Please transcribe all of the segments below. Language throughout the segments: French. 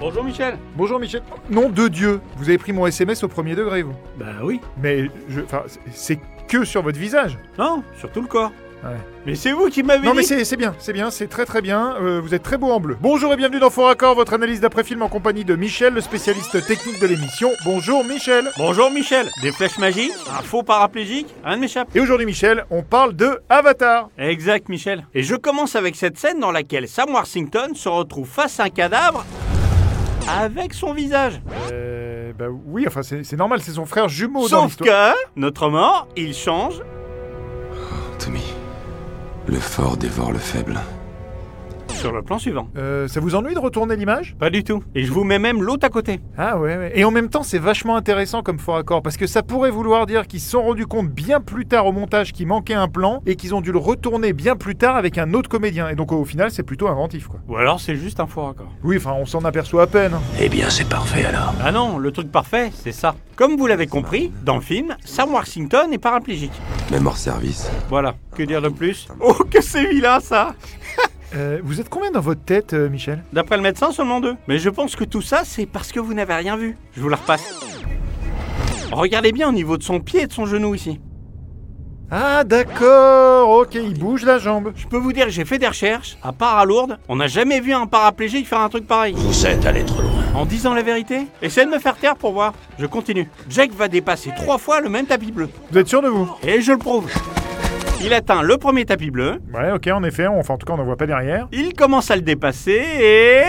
Bonjour Michel. Bonjour Michel. Nom de Dieu, vous avez pris mon SMS au premier degré, vous. Bah oui. Mais, c'est que sur votre visage. Non, sur tout le corps. Ouais. Mais c'est vous qui m'avez Non dit... mais c'est bien, c'est très bien, vous êtes très beau en bleu. Bonjour et bienvenue dans Faux Raccord, votre analyse d'après-film en compagnie de Michel, le spécialiste technique de l'émission. Bonjour Michel. Bonjour Michel. Des flèches magiques, un faux paraplégique, rien ne m'échappe. Et aujourd'hui Michel, on parle de Avatar. Exact Michel. Et je commence avec cette scène dans laquelle Sam Worthington se retrouve face à un cadavre avec son visage. Bah oui, enfin c'est normal, c'est son frère jumeau dans Sauf l'histoire. que, notre mort, il change. Tommy, le fort dévore le faible. Sur le plan suivant. Ça vous ennuie de retourner l'image? Pas du tout. Et je vous mets même l'autre à côté. Ah ouais. Et en même temps, c'est vachement intéressant comme Faux Raccord, parce que ça pourrait vouloir dire qu'ils se sont rendus compte bien plus tard au montage qu'il manquait un plan, et qu'ils ont dû le retourner bien plus tard avec un autre comédien. Et donc au final, c'est plutôt inventif, quoi. Ou alors c'est juste un faux raccord. Oui, enfin, on s'en aperçoit à peine. Eh bien, c'est parfait alors. Ah non, le truc parfait, c'est ça. Comme vous l'avez compris, dans le film, Sam Worthington est paraplégique. Même hors service. Voilà, que dire de plus? Oh, que c'est vilain ça! Vous êtes combien dans votre tête, Michel? D'après le médecin, seulement 2. Mais je pense que tout ça, c'est parce que vous n'avez rien vu. Je vous la repasse. Regardez bien au niveau de son pied et de son genou ici. Ah d'accord, ok, il bouge la jambe. Je peux vous dire que j'ai fait des recherches. À part à Lourdes, on n'a jamais vu un paraplégique faire un truc pareil. Vous êtes allé trop loin. En disant la vérité, essayez de me faire taire pour voir. Je continue. Jake va dépasser 3 fois le même tapis bleu. Vous êtes sûr de vous? Et je le prouve. Il atteint le premier tapis bleu. Ouais, ok, en effet, enfin en tout cas on n'en voit pas derrière. Il commence à le dépasser et...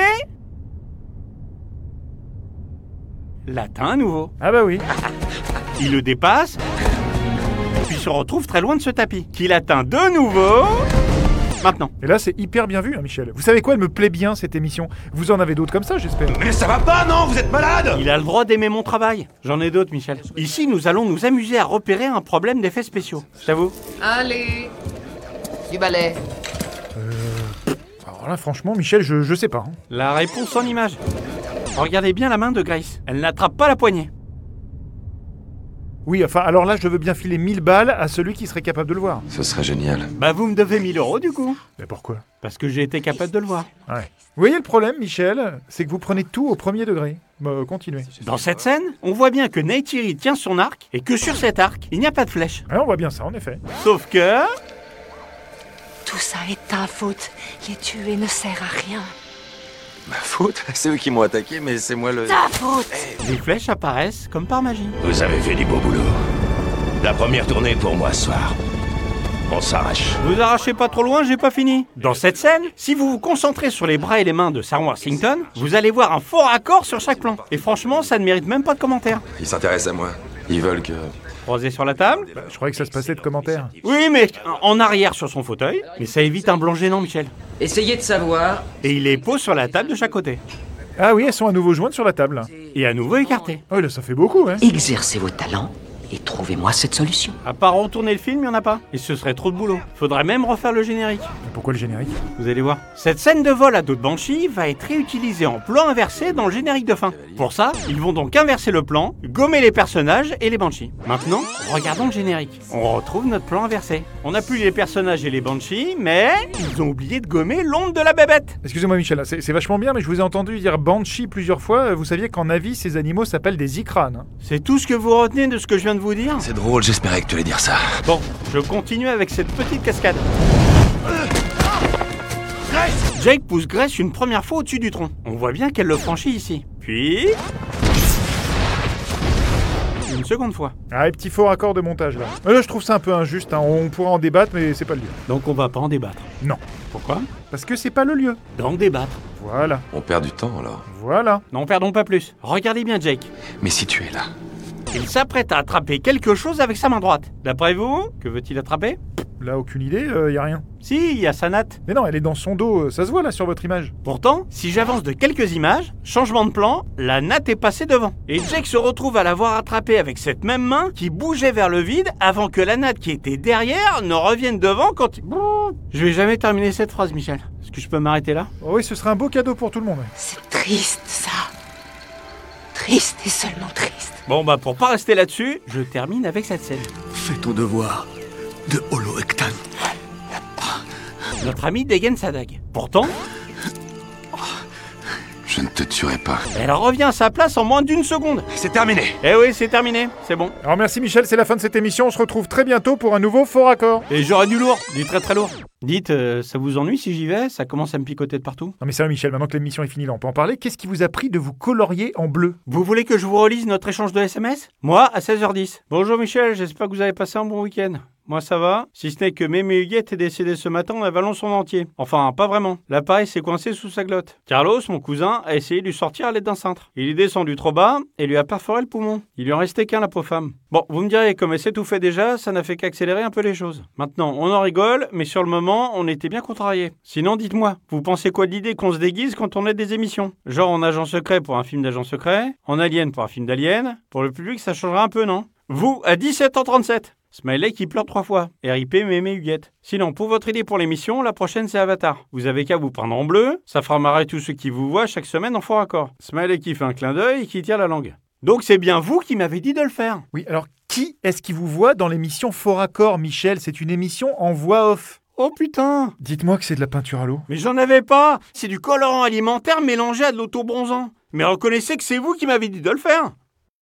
l'atteint à nouveau. Ah bah oui. Il le dépasse, puis se retrouve très loin de ce tapis, qu'il atteint de nouveau... maintenant. Et là c'est hyper bien vu, hein, Michel. Vous savez quoi, elle me plaît bien cette émission. Vous en avez d'autres comme ça, j'espère. Mais ça va pas, non? Vous êtes malade? Il a le droit d'aimer mon travail. J'en ai d'autres, Michel. Ici, nous allons nous amuser à repérer un problème d'effets spéciaux. C'est à vous. Allez, du balai. Alors là franchement, Michel, je sais pas. Hein. La réponse en image. Regardez bien la main de Grace. Elle n'attrape pas la poignée. Oui, enfin alors là je veux bien filer 1000 balles à celui qui serait capable de le voir. Ce serait génial. Bah vous me devez 1000 € du coup. Mais pourquoi? Parce que j'ai été capable de le voir. Ouais. Vous voyez le problème, Michel, c'est que vous prenez tout au premier degré. Continuez. Dans cette scène, on voit bien que Neytiri tient son arc et que sur cet arc, il n'y a pas de flèche. Ouais, on voit bien ça, en effet. Sauf que... Tout ça est ta faute. Les tuer ne sert à rien. Ma faute? C'est eux qui m'ont attaqué, mais c'est moi le... Ta faute! les flèches apparaissent comme par magie. Vous avez fait du beau boulot. La première tournée pour moi ce soir. On s'arrache. Vous arrachez pas trop loin, j'ai pas fini. Dans cette scène, si vous vous concentrez sur les bras et les mains de Sam Worthington, vous allez voir un faux raccord sur chaque plan. Et franchement, ça ne mérite même pas de commentaires. Ils s'intéressent à moi. Ils veulent que... Croisé sur la table. Je croyais que ça se passait de commentaires. Oui, mais en arrière sur son fauteuil. Mais ça évite un blanc gênant, Michel. Essayez de savoir. Et il les pose sur la table de chaque côté. Ah oui, elles sont à nouveau jointes sur la table. Là. Et à nouveau écartées. Oh là, ça fait beaucoup, hein. Exercez vos talents et trouvez-moi cette solution. À part retourner le film, il n'y en a pas. Et ce serait trop de boulot. Faudrait même refaire le générique. Mais pourquoi le générique? Vous allez voir. Cette scène de vol à dos de Banshee va être réutilisée en plan inversé dans le générique de fin. Pour ça, ils vont donc inverser le plan, gommer les personnages et les Banshees. Maintenant, regardons le générique. On retrouve notre plan inversé. On n'a plus les personnages et les Banshees, mais ils ont oublié de gommer l'onde de la bébête. Excusez-moi Michel, là, c'est vachement bien, mais je vous ai entendu dire Banshee plusieurs fois. Vous saviez qu'en avis, ces animaux s'appellent des Ikran. Hein. C'est tout ce que vous retenez de ce que je viens de vous dire? C'est drôle, j'espérais que tu allais dire ça. Bon, je continue avec cette petite cascade. Jake pousse Grace une première fois au-dessus du tronc. On voit bien qu'elle le franchit ici. Puis... une seconde fois. Ah, les petits faux raccords de montage là. Là, je trouve ça un peu injuste, hein. On pourra en débattre, mais c'est pas le lieu. Donc on va pas en débattre. Non. Pourquoi? Parce que c'est pas le lieu. Donc débattre. Voilà. On perd du temps alors. Voilà. Non, perdons pas plus. Regardez bien Jake. Mais si tu es là... Il s'apprête à attraper quelque chose avec sa main droite. D'après vous, que veut-il attraper? Là, aucune idée, y a rien. Si, il y a sa natte. Mais non, elle est dans son dos, ça se voit là sur votre image. Pourtant, si j'avance de quelques images, changement de plan, la natte est passée devant. Et Jake se retrouve à l'avoir attrapée avec cette même main qui bougeait vers le vide avant que la natte qui était derrière ne revienne devant quand il... Je vais jamais terminer cette phrase, Michel. Est-ce que je peux m'arrêter là? Oh oui, ce serait un beau cadeau pour tout le monde. C'est triste, ça. Triste et seulement triste. Bon bah pour pas rester là-dessus, je termine avec cette scène. Fais ton devoir de Holo Ektan. Notre ami dégaine sa dague. Pourtant, Je ne te tuerai pas. Elle revient à sa place en moins d'une seconde. C'est terminé. Eh oui, c'est terminé, c'est bon. Alors merci Michel, c'est la fin de cette émission. On se retrouve très bientôt pour un nouveau Faux Raccord. Et j'aurai du lourd, du très très lourd. Dites, ça vous ennuie si j'y vais? Ça commence à me picoter de partout. Non mais sérieux Michel, maintenant que l'émission est finie là, on peut en parler. Qu'est-ce qui vous a pris de vous colorier en bleu? Vous voulez que je vous relise notre échange de SMS? Moi, à 16h10. Bonjour Michel, j'espère que vous avez passé un bon week-end. Moi ça va, si ce n'est que Mémé Huguette est décédée ce matin en avalant son dentier. Enfin, pas vraiment. L'appareil s'est coincé sous sa glotte. Carlos, mon cousin, a essayé de lui sortir à l'aide d'un cintre. Il est descendu trop bas et lui a perforé le poumon. Il lui en restait qu'un, la pauvre femme. Bon, vous me direz, comme elle s'étouffait déjà, ça n'a fait qu'accélérer un peu les choses. Maintenant, on en rigole, mais sur le moment, on était bien contrariés. Sinon, dites-moi, vous pensez quoi de l'idée qu'on se déguise quand on a des émissions? Genre en agent secret pour un film d'agent secret, en alien pour un film d'alien. Pour le public, ça changera un peu, non? Vous, à 17h37. Smiley qui pleure 3 fois. RIP Mémé Huguette. Sinon, pour votre idée pour l'émission, la prochaine c'est Avatar. Vous avez qu'à vous prendre en bleu, ça fera marrer tous ceux qui vous voient chaque semaine en faux raccord. Smiley qui fait un clin d'œil et qui tire la langue. Donc c'est bien vous qui m'avez dit de le faire. Oui, alors qui est-ce qui vous voit dans l'émission Faux Raccord, Michel? C'est une émission en voix off. Oh putain! Dites-moi que c'est de la peinture à l'eau. Mais j'en avais pas! C'est du colorant alimentaire mélangé à de l'auto-bronzant. Mais reconnaissez que c'est vous qui m'avez dit de le faire.